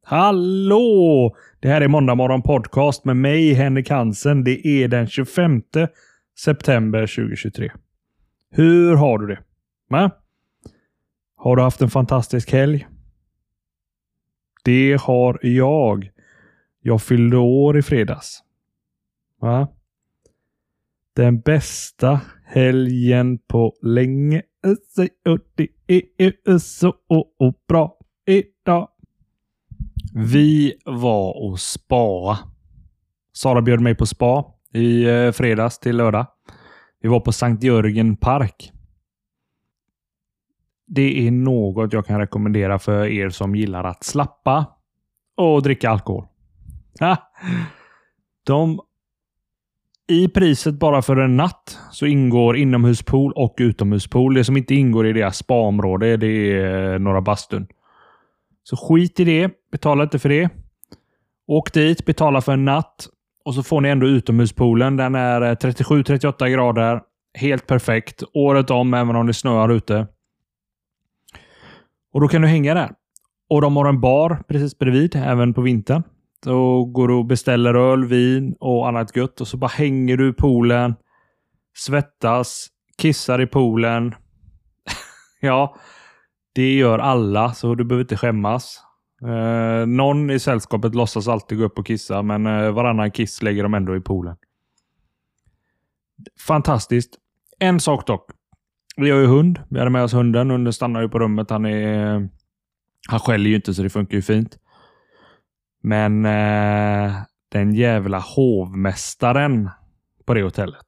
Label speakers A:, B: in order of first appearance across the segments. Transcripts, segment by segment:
A: Hallå! Det här är Måndag morgon podcast med mig, Henrik Hansen. Det är den 25 september 2023. Hur har du det? Har du haft en fantastisk helg? Det har jag. Jag fyllde år i fredags. Den bästa helgen på länge. Det är så bra idag. Vi var och spa. Sara bjöd mig på spa i fredags till lördag. Vi var på Sankt Jörgen Park. Det är något jag kan rekommendera för er som gillar att slappa och dricka alkohol. I priset bara för en natt så ingår inomhuspool och utomhuspool. Det som inte ingår i deras spaområde, det är några bastun. Så skit i det, betala inte för det. Åk dit, betala för en natt. Och så får ni ändå utomhuspoolen. Den är 37-38 grader. Helt perfekt. Året om, även om det snöar ute. Och då kan du hänga där. Och de har en bar precis bredvid, även på vintern. Då går du och beställer öl, vin och annat gött. Och så bara hänger du i poolen. Svettas, kissar i poolen. Ja, det gör alla, så du behöver inte skämmas. Någon i sällskapet låtsas alltid gå upp och kissa, men varannan kiss lägger de ändå i poolen. Fantastiskt. En sak dock. Vi har ju hund. Vi hade med oss hunden. Hunden stannar ju på rummet. Han skäller ju inte, så det funkar ju fint. Men den jävla hovmästaren på det hotellet.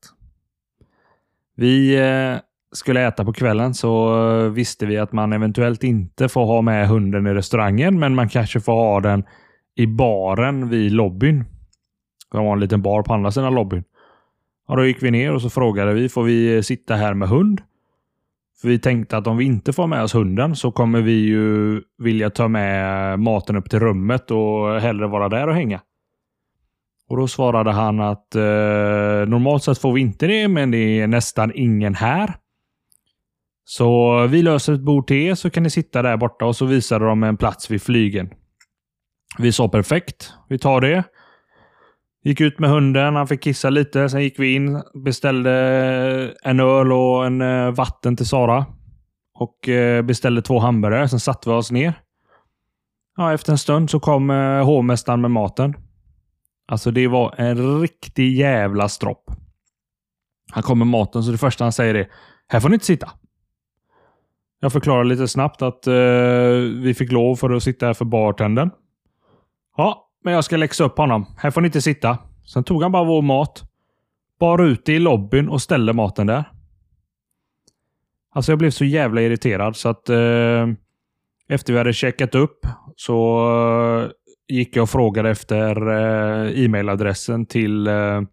A: Vi skulle äta på kvällen, så visste vi att man eventuellt inte får ha med hunden i restaurangen, men man kanske får ha den i baren vid lobbyn. Det var en liten bar på andra sidan lobbyn. Och då gick vi ner och så frågade vi, får vi sitta här med hund? För vi tänkte att om vi inte får med oss hunden så kommer vi ju vilja ta med maten upp till rummet och hellre vara där och hänga. Och då svarade han att normalt sett får vi inte det, men det är nästan ingen här. Så vi löser ett bord till er, så kan ni sitta där borta, och så visade de en plats vid flygen. Vi sa perfekt, vi tar det. Gick ut med hunden, han fick kissa lite, sen gick vi in, beställde en öl och en vatten till Sara. Och beställde 2 hamburgare, sen satte vi oss ner. Ja, efter en stund så kom hovmästaren med maten. Alltså det var en riktig jävla stropp. Han kom med maten, så det första han säger är: här får ni inte sitta. Jag förklarar lite snabbt att vi fick lov för att sitta här för bartendern. Ja, men jag ska läxa upp honom. Här får ni inte sitta. Sen tog han bara vår mat, bar ute i lobbyn och ställde maten där. Alltså jag blev så jävla irriterad, så att efter vi hade checkat upp så gick jag och frågade efter e-mailadressen till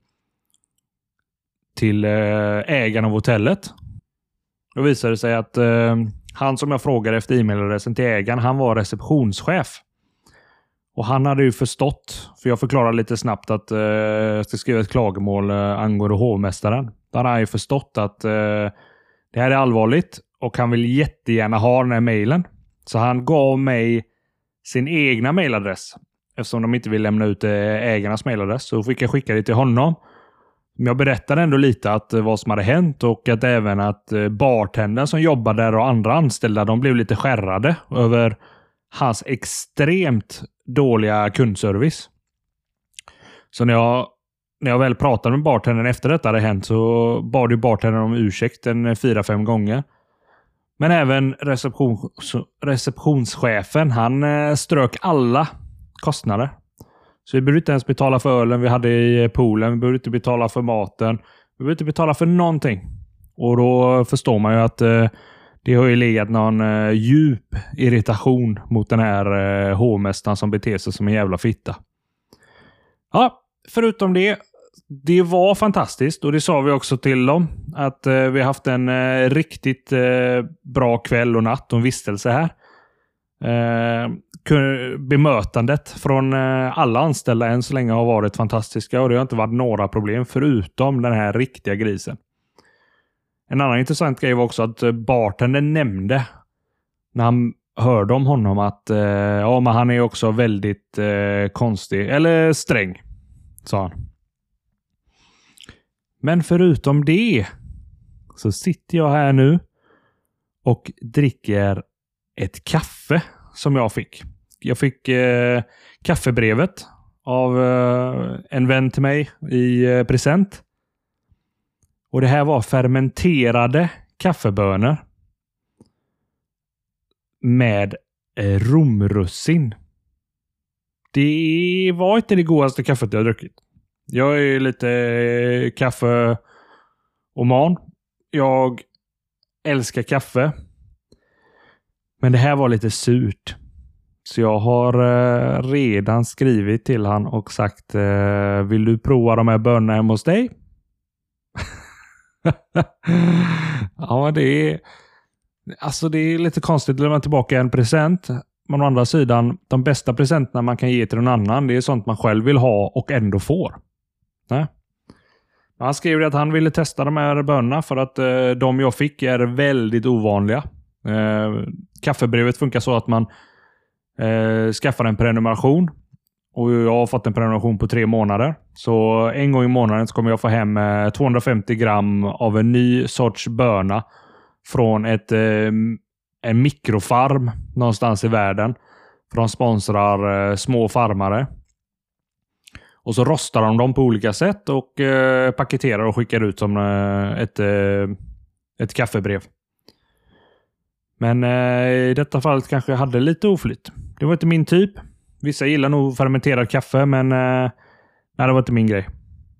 A: ägaren av hotellet. Då visade det sig att han som jag frågade efter e-mailadressen till ägaren, han var receptionschef. Och han hade ju förstått, för jag förklarade lite snabbt att jag ska skriva ett klagomål angående hovmästaren. Då hade han ju förstått att det här är allvarligt och han vill jättegärna ha den här mailen. Så han gav mig sin egna mailadress, eftersom de inte vill lämna ut ägarnas mailadress. Så fick jag skicka det till honom. Men jag berättade ändå lite att vad som hade hänt, och att även att bartendern som jobbade där och andra anställda, de blev lite skärrade över hans extremt dåliga kundservice. Så när jag väl pratade med bartendern efter detta hade hänt, så bad ju bartendern om ursäkt 4-5 gånger. Men även receptionschefen, han strök alla kostnader. Så vi behövde inte ens betala för ölen vi hade i poolen. Vi behövde inte betala för maten. Vi behövde inte betala för någonting. Och då förstår man ju att det har ju legat någon djup irritation mot den här hovmästaren som beter sig som en jävla fitta. Ja, förutom det var fantastiskt, och det sa vi också till dem, att vi har haft en riktigt bra kväll och natt och en vistelse här. Bemötandet från alla anställda än så länge har varit fantastiska, och det har inte varit några problem förutom den här riktiga grisen. En annan intressant grej var också att bartendern nämnde, när han hörde om honom att ja, men han är också väldigt konstig. Eller sträng, sa han. Men förutom det så sitter jag här nu och dricker ett kaffe som jag fick. Jag fick kaffebrevet av en vän till mig i present. Och det här var fermenterade kaffebönor med romrussin. Det var inte det godaste kaffet jag druckit. Jag är lite kaffeoman. Jag älskar kaffe. Men det här var lite surt. Så jag har redan skrivit till han och sagt vill du prova de här bönorna hemma hos dig? Ja, det är lite konstigt att lämna tillbaka en present. Men å andra sidan, de bästa presenterna man kan ge till någon annan, det är sånt man själv vill ha och ändå får. Nej. Han skrev att han ville testa de här bönorna för att de jag fick är väldigt ovanliga. Kaffebrevet funkar så att man skaffar en prenumeration. Och jag har fått en prenumeration på 3 månader. Så en gång i månaden så kommer jag få hem 250 gram av en ny sorts böna från en mikrofarm någonstans i världen. För de sponsrar små farmare. Och så rostar de dem på olika sätt och paketerar och skickar ut som ett kaffebrev. Men i detta fallet kanske jag hade lite oflytt. Det var inte min typ. Vissa gillar nog fermenterad kaffe, men nej, det var inte min grej.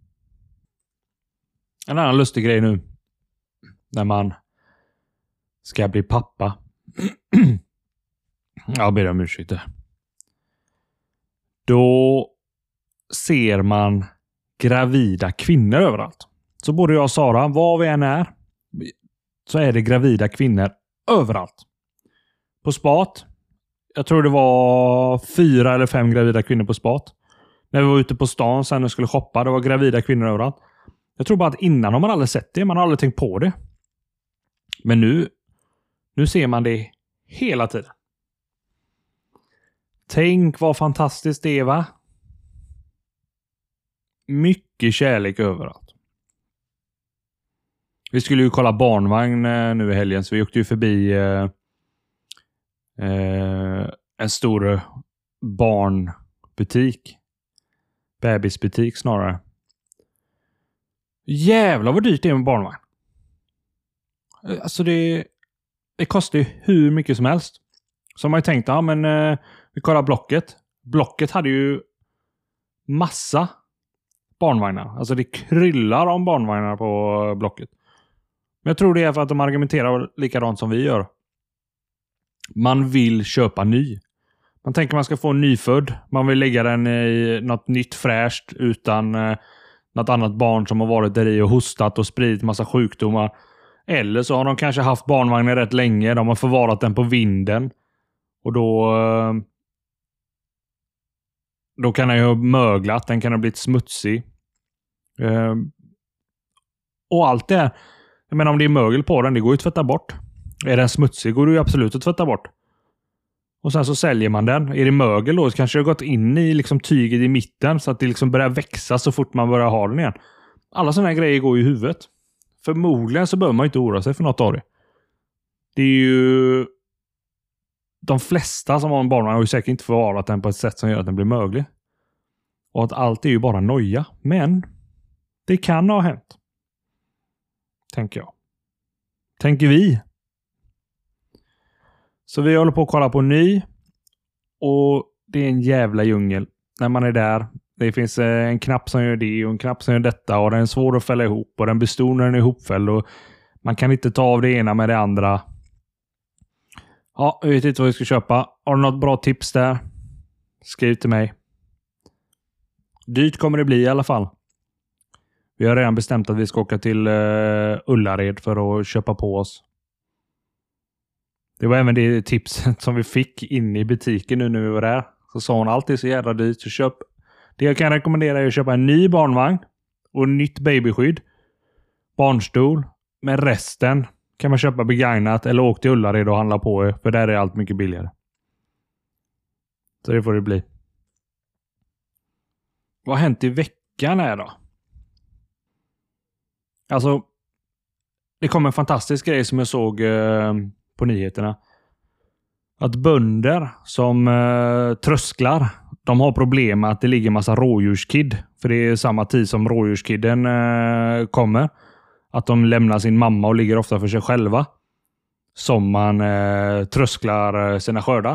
A: En annan lustig grej nu. När man ska bli pappa. Jag ber om ursäkt. Då ser man gravida kvinnor överallt. Så både jag och Sara, var vi än är, så är det gravida kvinnor överallt. På spat. Jag tror det var 4 eller 5 gravida kvinnor på spat. När vi var ute på stan sen och skulle shoppa, det var gravida kvinnor överallt. Jag tror bara att innan har man aldrig sett det. Man har aldrig tänkt på det. Men nu ser man det hela tiden. Tänk vad fantastiskt det är, va? Mycket kärlek överallt. Vi skulle ju kolla barnvagn nu i helgen, så vi åkte ju förbi en stor barnbutik. Bebisbutik snarare. Jävlar vad dyrt det är med barnvagn. Alltså det kostar ju hur mycket som helst. Så man ju tänkt, ja men vi kollar Blocket. Blocket hade ju massa barnvagnar. Alltså det kryllar om barnvagnar på Blocket. Men jag tror det är för att de argumenterar likadant som vi gör. Man vill köpa ny. Man tänker man ska få en nyfödd. Man vill lägga den i något nytt fräscht utan något annat barn som har varit där i och hostat och spridit massa sjukdomar. Eller så har de kanske haft barnvagnen rätt länge. De har förvarat den på vinden. Och då kan den ju ha möglat. Den kan ha blivit smutsig. Och allt det här. Jag menar om det är mögel på den, det går ju att tvätta bort. Är den smutsig går det ju absolut att tvätta bort. Och sen så säljer man den. Är det mögel då så kanske det har gått in i liksom tyget i mitten så att det liksom börjar växa så fort man börjar ha den igen. Alla sådana här grejer går i huvudet. Förmodligen så behöver man inte oroa sig för något av det. Det är ju... De flesta som har en barnvagn har ju säkert inte förvarat den på ett sätt som gör att den blir möglig. Och att allt är ju bara noja. Men det kan ha hänt. Tänker jag. Tänker vi. Så vi håller på att kolla på ny. Och det är en jävla djungel. När man är där. Det finns en knapp som gör det och en knapp som gör detta. Och den är svår att fälla ihop. Och den består när den är ihopfälld. Och man kan inte ta av det ena med det andra. Ja, jag vet inte vad vi ska köpa. Har du något bra tips där? Skriv till mig. Dyrt kommer det bli i alla fall. Vi har redan bestämt att vi ska åka till Ullared för att köpa på oss. Det var även det tipset som vi fick in i butiken nu när vi var där. Så sa hon alltid så jävla dyrt. Så köp. Det jag kan rekommendera är att köpa en ny barnvagn. Och nytt babyskydd. Barnstol. Men resten kan man köpa begagnat eller åk till Ullared och handla på er, för där är allt mycket billigare. Så det får det bli. Vad har hänt i veckan här då? Alltså, det kom en fantastisk grej som jag såg på nyheterna. Att bönder som trösklar, de har problem med att det ligger massa rådjurskid. För det är samma tid som rådjurskidden kommer. Att de lämnar sin mamma och ligger ofta för sig själva. Som man trösklar sina skördar.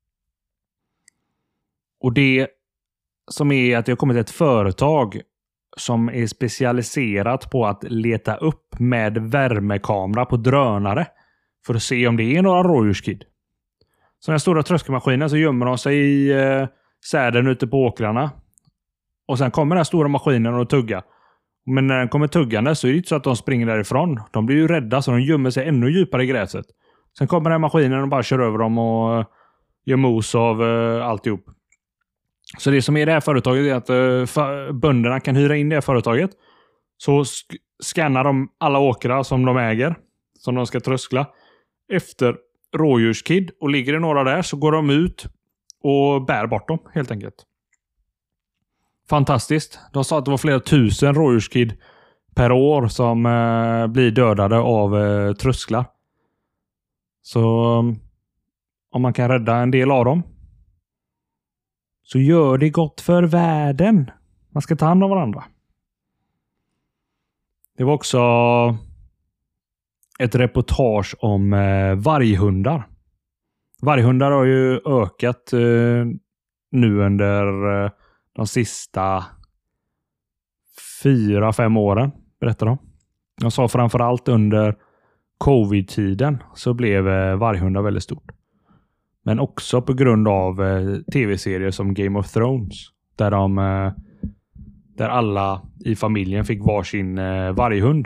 A: Och det som är att det har kommit ett företag som är specialiserat på att leta upp med värmekamera på drönare för att se om det är några rådjurskid. Så den stora tröskelmaskinen så gömmer de sig i säden ute på åkrarna. Och sen kommer den stora maskinen och tugga. Men när den kommer tuggande så är det inte så att de springer därifrån. De blir ju rädda så de gömmer sig ännu djupare i gräset. Sen kommer den maskinen och bara kör över dem och gör mos av alltihop. Så det som är det här företaget är att bönderna kan hyra in det här företaget. Så scannar de alla åkrar som de äger. Som de ska tröskla. Efter rådjurskid. Och ligger det några där så går de ut och bär bort dem helt enkelt. Fantastiskt. De sa att det var flera tusen rådjurskid per år som blir dödade av trösklar. Så om man kan rädda en del av dem så gör det gott för världen. Man ska ta hand om varandra. Det var också ett reportage om varghundar. Varghundar har ju ökat nu under de sista 4-5 åren, berättar de. Jag sa framförallt under covid-tiden så blev varghundar väldigt stort. Men också på grund av tv-serier som Game of Thrones. Där alla i familjen fick varsin varghund.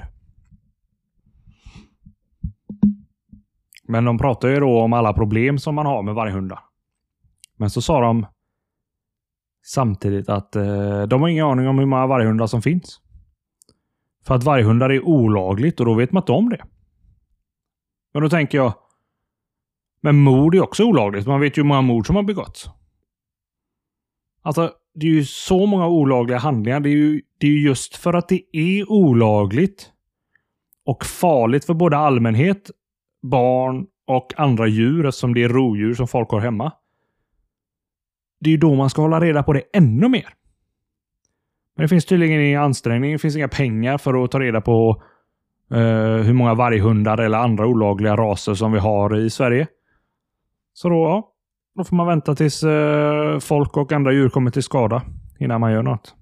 A: Men de pratar ju då om alla problem som man har med varghundar. Men så sa de samtidigt att de har ingen aning om hur många varghundar som finns. För att varghundar är olagligt och då vet man inte om det. Men då tänker jag, men mord är också olagligt. Man vet ju hur många mord som har begåtts. Alltså, det är ju så många olagliga handlingar. Det är ju just för att det är olagligt och farligt för både allmänhet, barn och andra djur, eftersom det är rovdjur som folk har hemma. Det är ju då man ska hålla reda på det ännu mer. Men det finns tydligen ingen ansträngning. Det finns inga pengar för att ta reda på hur många varghundar eller andra olagliga raser som vi har i Sverige. Så då får man vänta tills folk och andra djur kommer till skada innan man gör något.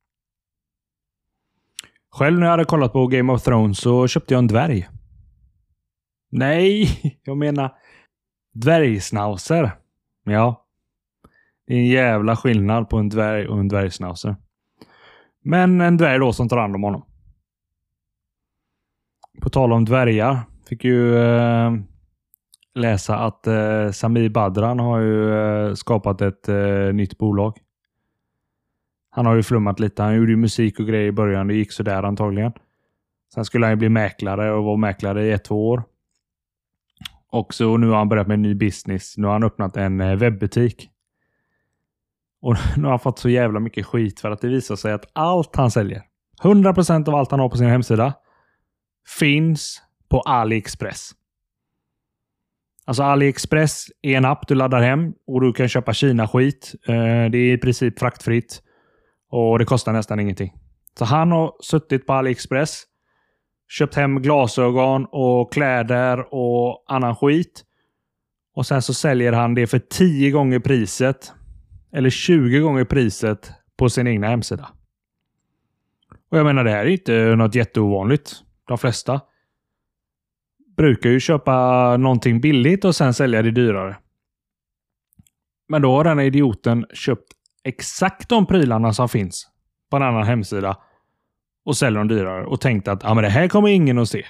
A: Själv när jag hade kollat på Game of Thrones så köpte jag en dvärg. Nej, jag menar dvärgsnauser. Ja, det är en jävla skillnad på en dvärg och en dvärgsnauser. Men en dvärg då som tar hand om honom. På tal om dvärgar fick ju läsa att Samir Badran har ju skapat ett nytt bolag. Han har ju flummat lite. Han gjorde ju musik och grejer i början. Det gick så där antagligen. Sen skulle han ju bli mäklare och vara mäklare i 1-2 år. Och så nu har han börjat med en ny business. Nu har han öppnat en webbutik. Och nu har han fått så jävla mycket skit för att det visar sig att allt han säljer, 100% av allt han har på sin hemsida, finns på AliExpress. Alltså AliExpress är en app du laddar hem och du kan köpa Kina-skit. Det är i princip fraktfritt och det kostar nästan ingenting. Så han har suttit på AliExpress, köpt hem glasögon och kläder och annan skit. Och sen så säljer han det för 10 gånger priset eller 20 gånger priset på sin egna hemsida. Och jag menar, det här är inte något jätteovanligt. De flesta brukar ju köpa någonting billigt och sen sälja det dyrare. Men då har den här idioten köpt exakt de prylarna som finns på en annan hemsida och säljer dem dyrare och tänkt att men det här kommer ingen att se.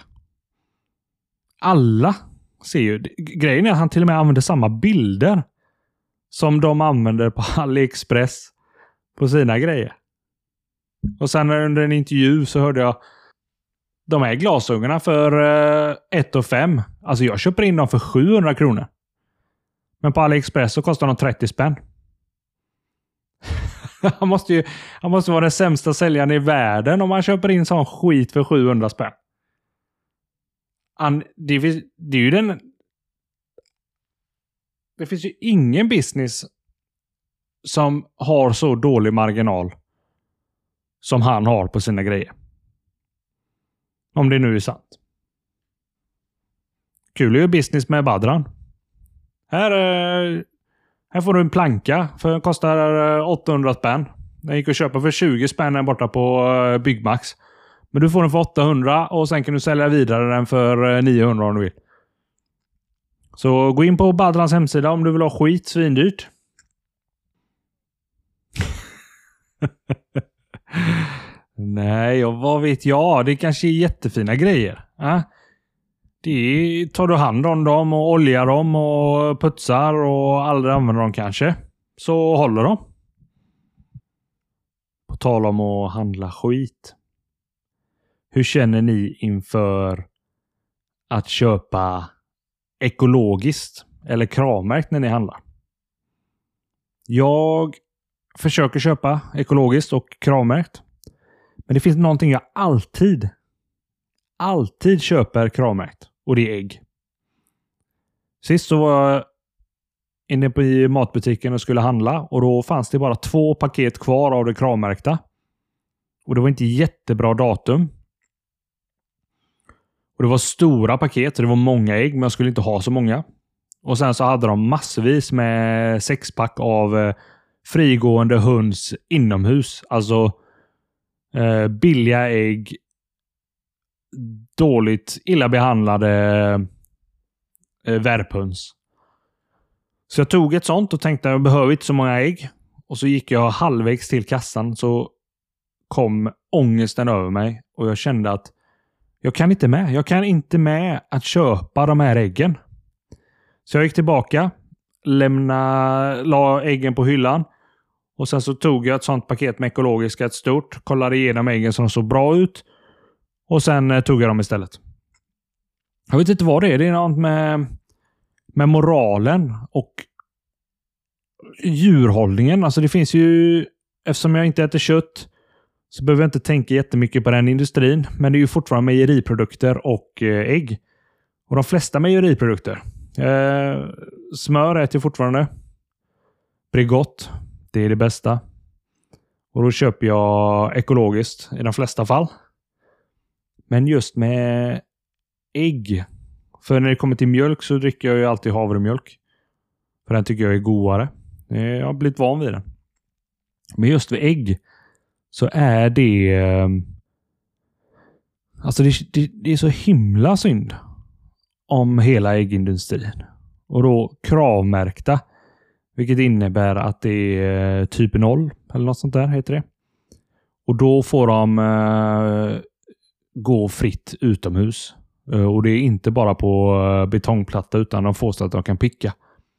A: Alla ser ju. Grejen är att han till och med använder samma bilder som de använder på AliExpress på sina grejer. Och sen under en intervju så hörde jag de här glasögonen för 1 500. Alltså jag köper in dem för 700 kronor. Men på AliExpress så kostar de 30 spänn. Han måste vara den sämsta säljaren i världen om man köper in sån skit för 700 spänn. Det är ju den... Det finns ju ingen business som har så dålig marginal som han har på sina grejer. Om det nu är sant. Kul är ju business med Badran. Här får du en planka för den kostar 800 spänn. Den gick att köpa för 20 spänn här borta på Byggmax. Men du får den för 800 och sen kan du sälja vidare den för 900 om du vill. Så gå in på Badrans hemsida om du vill ha skit svindyrt. Nej, och vad vet jag? Det kanske är jättefina grejer. Det tar du hand om dem och oljar dem och putsar och aldrig använder dem kanske. Så håller de. På tal om att handla skit. Hur känner ni inför att köpa ekologiskt eller kravmärkt när ni handlar? Jag försöker köpa ekologiskt och kravmärkt. Men det finns någonting jag alltid köper kravmärkt. Och det är ägg. Sist så var jag inne på matbutiken och skulle handla. Och då fanns det bara 2 paket kvar av det kravmärkta. Och det var inte jättebra datum. Och det var stora paket. Så det var många ägg. Men jag skulle inte ha så många. Och sen så hade de massvis med 6-pack av frigående höns inomhus. Alltså billiga ägg. Dåligt, illa behandlade värphöns. Så jag tog ett sånt och tänkte att jag behöver inte så många ägg. Och så gick jag halvvägs till kassan så kom ångesten över mig. Och jag kände att jag kan inte med att köpa de här äggen. Så jag gick tillbaka, la äggen på hyllan. Och sen så tog jag ett sånt paket med ekologiska, ett stort. Kollade igenom äggen som såg bra ut. Och sen tog jag dem istället. Jag vet inte vad det är. Det är något med moralen och djurhållningen. Alltså det finns ju... Eftersom jag inte äter kött så behöver jag inte tänka jättemycket på den industrin. Men det är ju fortfarande mejeriprodukter och ägg. Och de flesta mejeriprodukter. Smör äter jag fortfarande. Bregott. Det är det bästa. Och då köper jag ekologiskt i de flesta fall. Men just med ägg. För när det kommer till mjölk så dricker jag ju alltid havremjölk. För den tycker jag är godare. Jag har blivit van vid den. Men just vid ägg så är det... Alltså det är så himla synd om hela äggindustrin. Och då kravmärkta. Vilket innebär att det är typ 0. Eller något sånt där heter det. Och då får de... gå fritt utomhus. Och det är inte bara på betongplatta utan de får så att de kan picka.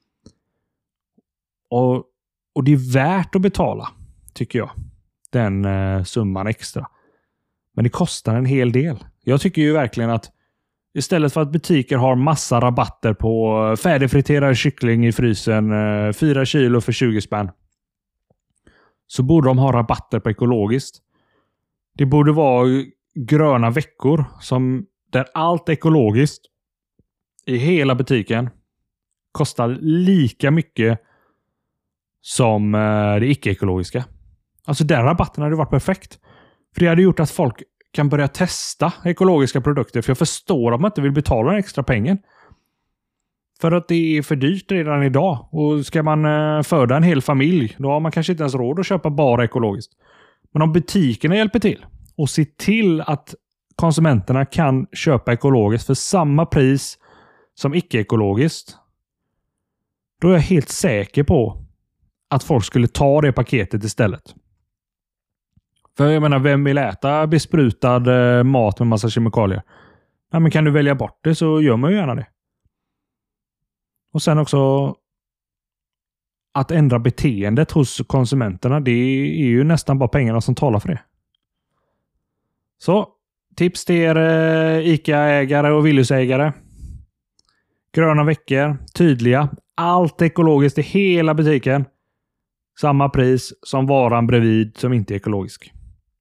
A: Och det är värt att betala, tycker jag. Den summan extra. Men det kostar en hel del. Jag tycker ju verkligen att istället för att butiker har massa rabatter på färdigfriterad kyckling i frysen 4 kilo för 20 spänn. Så borde de ha rabatter på ekologiskt. Det borde vara gröna veckor där allt ekologiskt i hela butiken kostar lika mycket som det icke-ekologiska. Alltså den rabatten hade varit perfekt. För det hade gjort att folk kan börja testa ekologiska produkter. För jag förstår att man inte vill betala den extra pengen. För att det är för dyrt redan idag. Och ska man föda en hel familj, då har man kanske inte ens råd att köpa bara ekologiskt. Men om butikerna hjälper till och se till att konsumenterna kan köpa ekologiskt för samma pris som icke-ekologiskt, då är jag helt säker på att folk skulle ta det paketet istället. För jag menar, vem vill äta besprutad mat med massa kemikalier? Ja, men kan du välja bort det så gör man ju gärna det. Och sen också att ändra beteendet hos konsumenterna, det är ju nästan bara pengarna som talar för det. Så tips till er ICA-ägare och Willys-ägare. Gröna veckor, tydliga. Allt ekologiskt i hela butiken. Samma pris som varan bredvid som inte är ekologisk.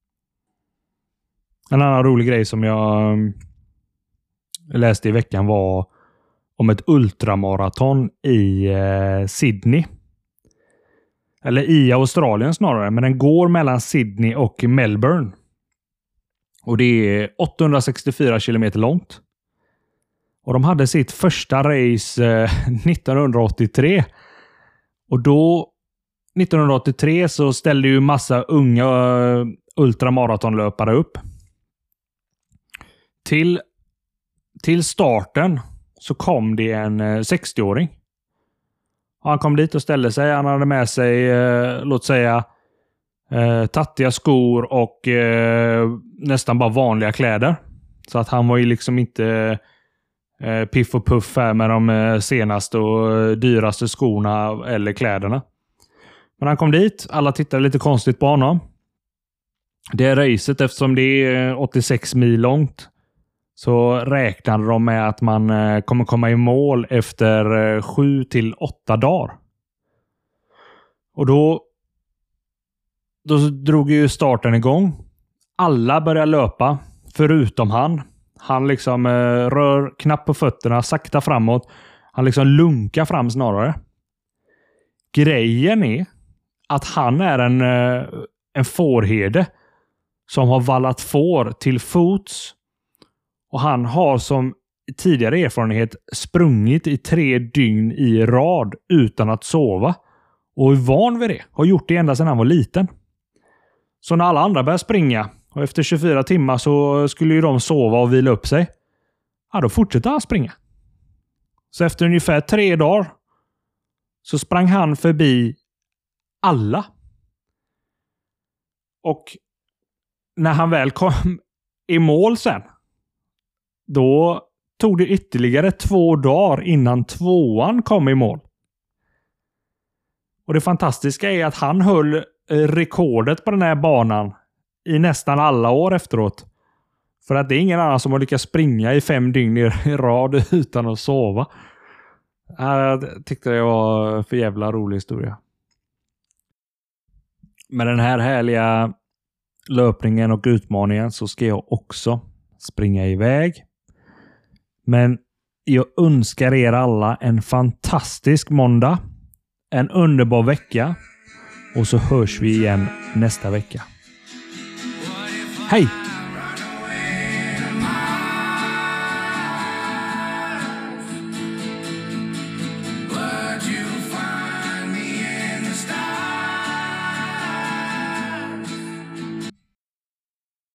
A: En annan rolig grej som jag läste i veckan var om ett ultramaraton i Sydney. Eller i Australien snarare, men den går mellan Sydney och Melbourne. Och det är 864 kilometer långt. Och de hade sitt första race 1983. Och då 1983 så ställde ju massa unga ultramaratonlöpare upp. Till starten så kom det en 60-åring. Och han kom dit och ställde sig. Han hade med sig, låt säga, tattiga skor och nästan bara vanliga kläder. Så att han var ju liksom inte piff och puff här med de senaste och dyraste skorna eller kläderna. Men han kom dit. Alla tittade lite konstigt på honom. Det är racet, eftersom det är 86 mil långt, så räknade de med att man kommer komma i mål efter 7 till 8 dagar. Och då drog ju starten igång. Alla började löpa, förutom han. Han liksom rör knappt på fötterna, sakta framåt. Han liksom lunkar fram snarare. Grejen är att han är en fårherde som har vallat får till fots. Och han har som tidigare erfarenhet sprungit i 3 dygn i rad utan att sova. Och är van vid det. Har gjort det ända sedan han var liten. Så när alla andra börjar springa och efter 24 timmar så skulle ju de sova och vila upp sig. Ja, då fortsätter han springa. Så efter ungefär 3 dagar så sprang han förbi alla. Och när han väl kom i mål sen, då tog det ytterligare 2 dagar innan 2:an kom i mål. Och det fantastiska är att han höll rekordet på den här banan i nästan alla år efteråt. För att det är ingen annan som har lyckats springa i 5 dygn i rad utan att sova. Jag tyckte det var för jävla rolig historia. Med den här härliga löpningen och utmaningen så ska jag också springa iväg. Men jag önskar er alla en fantastisk måndag. En underbar vecka. Och så hörs vi igen nästa vecka. Hej!